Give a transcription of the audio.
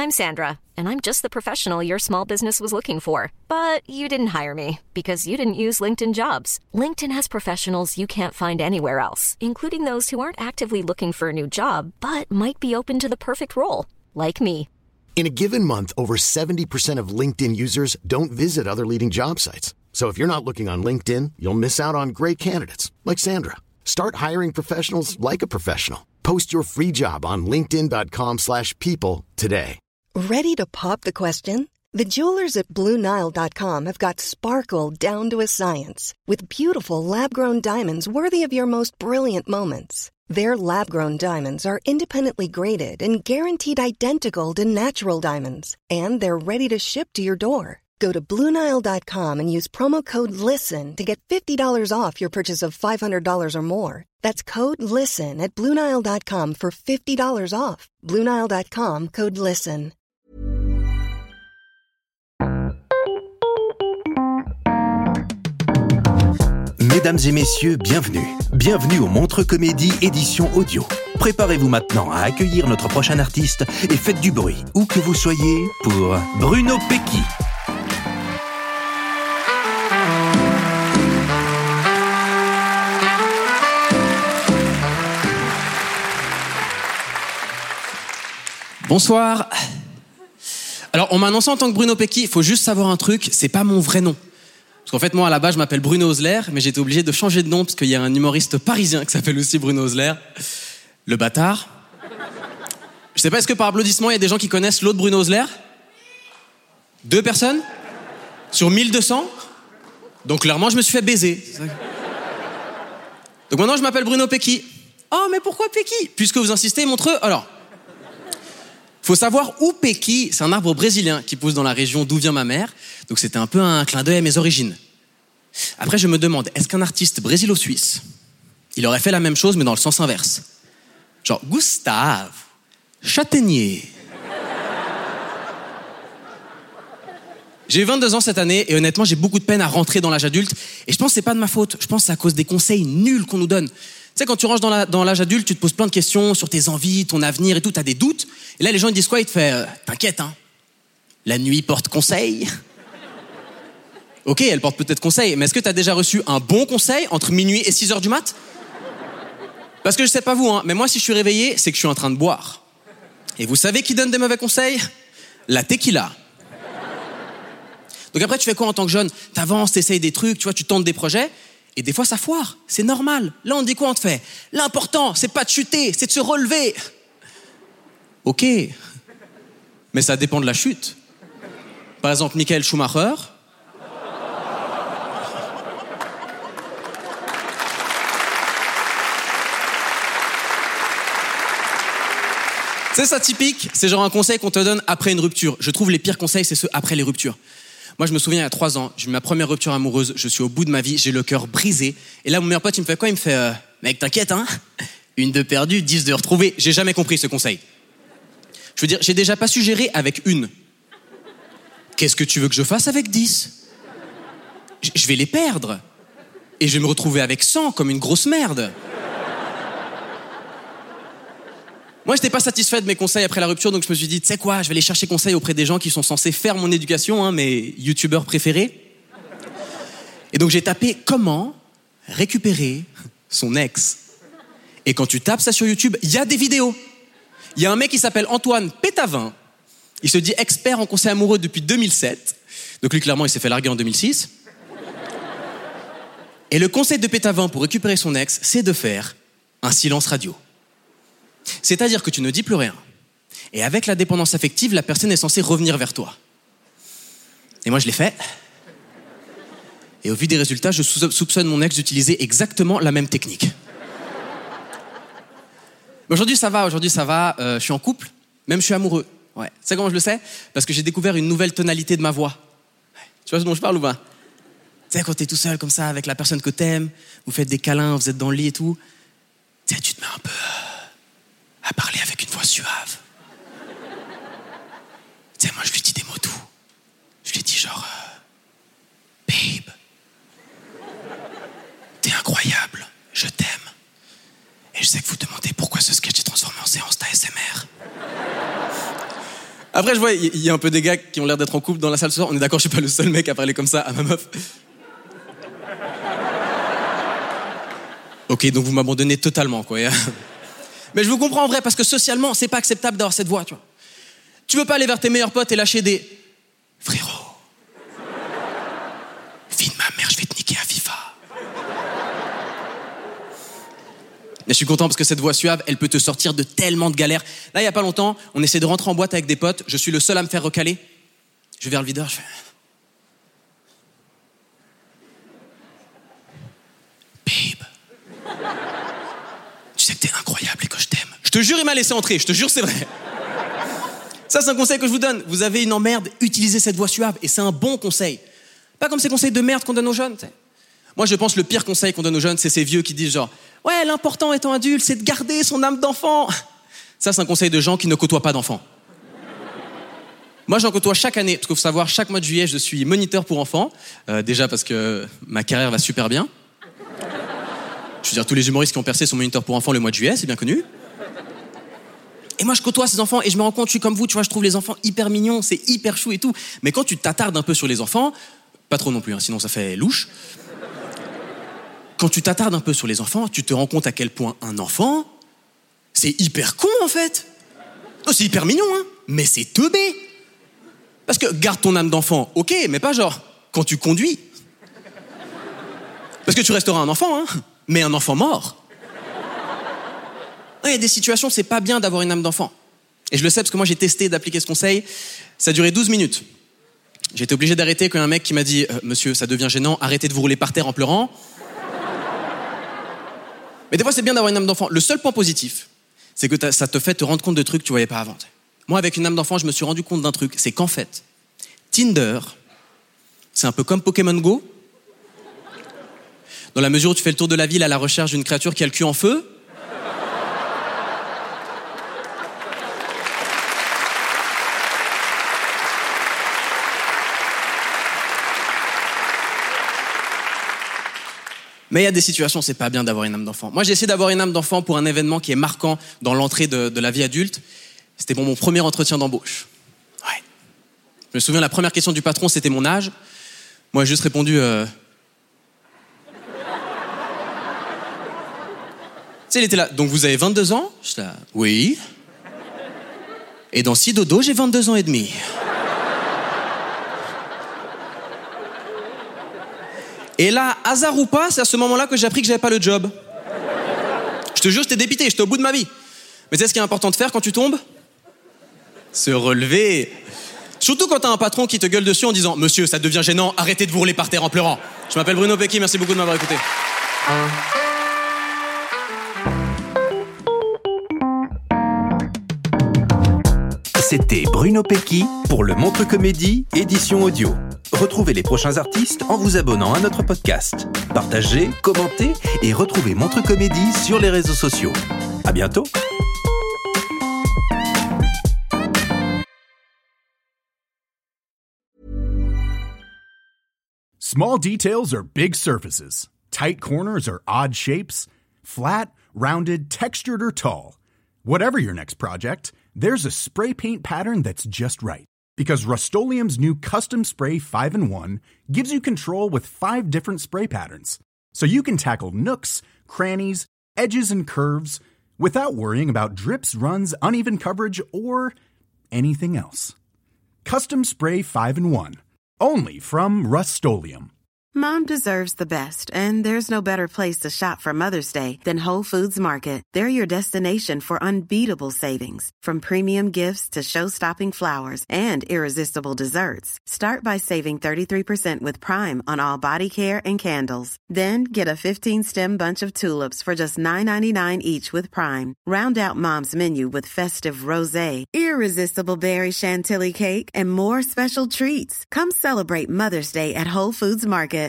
I'm Sandra, and I'm just the professional your small business was looking for. But you didn't hire me because you didn't use LinkedIn Jobs. LinkedIn has professionals you can't find anywhere else, including those who aren't actively looking for a new job, but might be open to the perfect role, like me. In a given month, over 70% of LinkedIn users don't visit other leading job sites. So if you're not looking on LinkedIn, you'll miss out on great candidates like Sandra. Start hiring professionals like a professional. Post your free job on linkedin.com/people today. Ready to pop the question? The jewelers at BlueNile.com have got sparkle down to a science with beautiful lab-grown diamonds worthy of your most brilliant moments. Their lab-grown diamonds are independently graded and guaranteed identical to natural diamonds, and they're ready to ship to your door. Go to BlueNile.com and use promo code LISTEN to get $50 off your purchase of $500 or more. That's code LISTEN at BlueNile.com for $50 off. BlueNile.com, code LISTEN. Mesdames et messieurs, bienvenue. Bienvenue au Montreux Comédie édition audio. Préparez-vous maintenant à accueillir notre prochain artiste et faites du bruit, où que vous soyez, pour Bruno Pecky. Bonsoir. Alors, on m'a annoncé en tant que Bruno Pecky, il faut juste savoir un truc, c'est pas mon vrai nom. Parce qu'en fait, moi, à la base, je m'appelle Bruno Osler, mais j'ai été obligé de changer de nom parce qu'il y a un humoriste parisien qui s'appelle aussi Bruno Osler. Le bâtard. Je sais pas, est-ce que par applaudissement, il y a des gens qui connaissent l'autre Bruno Osler ? 2 personnes ? Sur 1200 ? Donc clairement, je me suis fait baiser. Donc maintenant, je m'appelle Bruno Pecky. Oh, mais pourquoi Pecky ? Puisque vous insistez, Montreux. Alors, faut savoir où Pecky, c'est un arbre brésilien qui pousse dans la région d'où vient ma mère. Donc c'était un peu un clin d'œil à mes origines. Après, je me demande, est-ce qu'un artiste brésilo-suisse, il aurait fait la même chose, mais dans le sens inverse ? Genre, Gustave Châtaignier. J'ai eu 22 ans cette année et honnêtement, j'ai beaucoup de peine à rentrer dans l'âge adulte. Et je pense que c'est pas de ma faute. Je pense que c'est à cause des conseils nuls qu'on nous donne. Tu sais, quand tu ranges dans l'âge adulte, tu te poses plein de questions sur tes envies, ton avenir et tout, t'as des doutes. Et là, les gens, ils disent quoi ? Ils te font t'inquiète, hein. La nuit porte conseil. Ok, elle porte peut-être conseil, mais est-ce que t'as déjà reçu un bon conseil entre minuit et 6h du mat ? Parce que je sais pas vous, hein, mais moi, si je suis réveillé, c'est que je suis en train de boire. Et vous savez qui donne des mauvais conseils ? La tequila. Donc après, tu fais quoi en tant que jeune ? T'avances, t'essayes des trucs, tu vois, tu tentes des projets. Et des fois, ça foire. C'est normal. Là, on dit quoi ? On te fait l'important, c'est pas de chuter, c'est de se relever. Ok. Mais ça dépend de la chute. Par exemple, Michael Schumacher. C'est ça typique. C'est genre un conseil qu'on te donne après une rupture. Je trouve les pires conseils, c'est ceux après les ruptures. Moi, je me souviens, il y a 3 ans, j'ai eu ma première rupture amoureuse, je suis au bout de ma vie, j'ai le cœur brisé. Et là, mon meilleur pote, il me fait quoi ? Il me fait mec, t'inquiète, hein ? Une de perdue, 10 de retrouvée. J'ai jamais compris ce conseil. Je veux dire, j'ai déjà pas su gérer avec une. Qu'est-ce que tu veux que je fasse avec 10 ? Je vais les perdre. Et je vais me retrouver avec 100 comme une grosse merde. Moi, j'étais pas satisfait de mes conseils après la rupture, donc je me suis dit, tu sais quoi, je vais aller chercher conseil auprès des gens qui sont censés faire mon éducation, hein, mes youtubeurs préférés. Et donc j'ai tapé comment récupérer son ex. Et quand tu tapes ça sur YouTube, il y a des vidéos. Il y a un mec qui s'appelle Antoine Pétavin. Il se dit expert en conseil amoureux depuis 2007. Donc lui, clairement, il s'est fait larguer en 2006. Et le conseil de Pétavin pour récupérer son ex, c'est de faire un silence radio. C'est-à-dire que tu ne dis plus rien. Et avec la dépendance affective, la personne est censée revenir vers toi. Et moi, je l'ai fait. Et au vu des résultats, je soupçonne mon ex d'utiliser exactement la même technique. Mais aujourd'hui, ça va. Je suis en couple. Même je suis amoureux. Ouais. Tu sais comment je le sais ? Parce que j'ai découvert une nouvelle tonalité de ma voix. Tu vois ce dont je parle ou pas ? Tu sais, quand t'es tout seul comme ça, avec la personne que t'aimes, vous faites des câlins, vous êtes dans le lit et tout. Tu sais, tu te mets un peu à parler avec une voix suave. Tu sais, moi, je lui dis des mots doux. Je lui dis genre... Babe, t'es incroyable, je t'aime. Et je sais que vous demandez pourquoi ce sketch est transformé en séance d'ASMR. Après, je vois, il y a un peu des gars qui ont l'air d'être en couple dans la salle ce soir. On est d'accord, je suis pas le seul mec à parler comme ça à ma meuf. Ok, donc vous m'abandonnez totalement, quoi. Mais je vous comprends en vrai, parce que socialement, c'est pas acceptable d'avoir cette voix, tu vois. Tu veux pas aller vers tes meilleurs potes et lâcher des... Frérot, fille de ma mère, je vais te niquer à FIFA. Mais je suis content parce que cette voix suave, elle peut te sortir de tellement de galères. Là, il y a pas longtemps, on essaie de rentrer en boîte avec des potes. Je suis le seul à me faire recaler. Je vais vers le videur, je fais... Babe, tu sais que t'es incroyable et que je t'aime. Je te jure, il m'a laissé entrer. Je te jure, c'est vrai. Ça, c'est un conseil que je vous donne. Vous avez une emmerde, utilisez cette voix suave. Et c'est un bon conseil. Pas comme ces conseils de merde qu'on donne aux jeunes, t'sais. Moi, je pense que le pire conseil qu'on donne aux jeunes, c'est ces vieux qui disent genre « Ouais, l'important étant adulte, c'est de garder son âme d'enfant. » Ça, c'est un conseil de gens qui ne côtoient pas d'enfants. Moi, j'en côtoie chaque année. Parce qu'il faut savoir, chaque mois de juillet, je suis moniteur pour enfants. Déjà parce que ma carrière va super bien. Je veux dire, tous les humoristes qui ont percé sont moniteurs pour enfants le mois de juillet, c'est bien connu. Et moi, je côtoie ces enfants et je me rends compte, je suis comme vous, tu vois, je trouve les enfants hyper mignons, c'est hyper chou et tout. Mais quand tu t'attardes un peu sur les enfants, pas trop non plus, hein, sinon ça fait louche. Quand tu t'attardes un peu sur les enfants, tu te rends compte à quel point un enfant, c'est hyper con en fait. Non, c'est hyper mignon, hein, mais c'est teubé. Parce que garde ton âme d'enfant, ok, mais pas genre quand tu conduis. Parce que tu resteras un enfant, hein, mais un enfant mort. Il y a des situations, c'est pas bien d'avoir une âme d'enfant. Et je le sais parce que moi j'ai testé d'appliquer ce conseil. Ça a duré 12 minutes. J'ai été obligé d'arrêter quand il y a un mec qui m'a dit « Monsieur, ça devient gênant, arrêtez de vous rouler par terre en pleurant. » Mais des fois, c'est bien d'avoir une âme d'enfant. Le seul point positif, c'est que ça te fait te rendre compte de trucs que tu voyais pas avant. Moi, avec une âme d'enfant, je me suis rendu compte d'un truc. C'est qu'en fait, Tinder, c'est un peu comme Pokémon Go. Dans la mesure où tu fais le tour de la ville à la recherche d'une créature qui a le cul en feu. Mais il y a des situations, c'est pas bien d'avoir une âme d'enfant. Moi, j'ai essayé d'avoir une âme d'enfant pour un événement qui est marquant dans l'entrée de la vie adulte. C'était pour mon premier entretien d'embauche. Ouais. Je me souviens, la première question du patron, c'était mon âge. Moi, j'ai juste répondu... Tu sais, il était là. Donc, vous avez 22 ans ? J'étais là, oui. Et dans 6 dodo, j'ai 22 ans et demi. Et là, hasard ou pas, c'est à ce moment-là que j'ai appris que j'avais pas le job. Je te jure, j'étais dépité, j'étais au bout de ma vie. Mais tu sais ce qui est important de faire quand tu tombes ? Se relever. Surtout quand t'as un patron qui te gueule dessus en disant « Monsieur, ça devient gênant, arrêtez de vous rouler par terre en pleurant. » Je m'appelle Bruno Pecky, merci beaucoup de m'avoir écouté. C'était Bruno Pecky pour le Montre Comédie, édition audio. Retrouvez les prochains artistes en vous abonnant à notre podcast. Partagez, commentez et retrouvez Montre Comédie sur les réseaux sociaux. À bientôt. Small details are big surfaces. Tight corners are odd shapes. Flat, rounded, textured, or tall. Whatever your next project, there's a spray paint pattern that's just right. Because Rust-Oleum's new Custom Spray 5-in-1 gives you control with 5 different spray patterns. So you can tackle nooks, crannies, edges, and curves without worrying about drips, runs, uneven coverage, or anything else. Custom Spray 5-in-1. Only from Rust-Oleum. Mom deserves the best, and there's no better place to shop for Mother's Day than Whole Foods Market. They're your destination for unbeatable savings, from premium gifts to show-stopping flowers and irresistible desserts. Start by saving 33% with Prime on all body care and candles. Then get a 15-stem bunch of tulips for just $9.99 each with Prime. Round out Mom's menu with festive rosé, irresistible berry chantilly cake, and more special treats. Come celebrate Mother's Day at Whole Foods Market.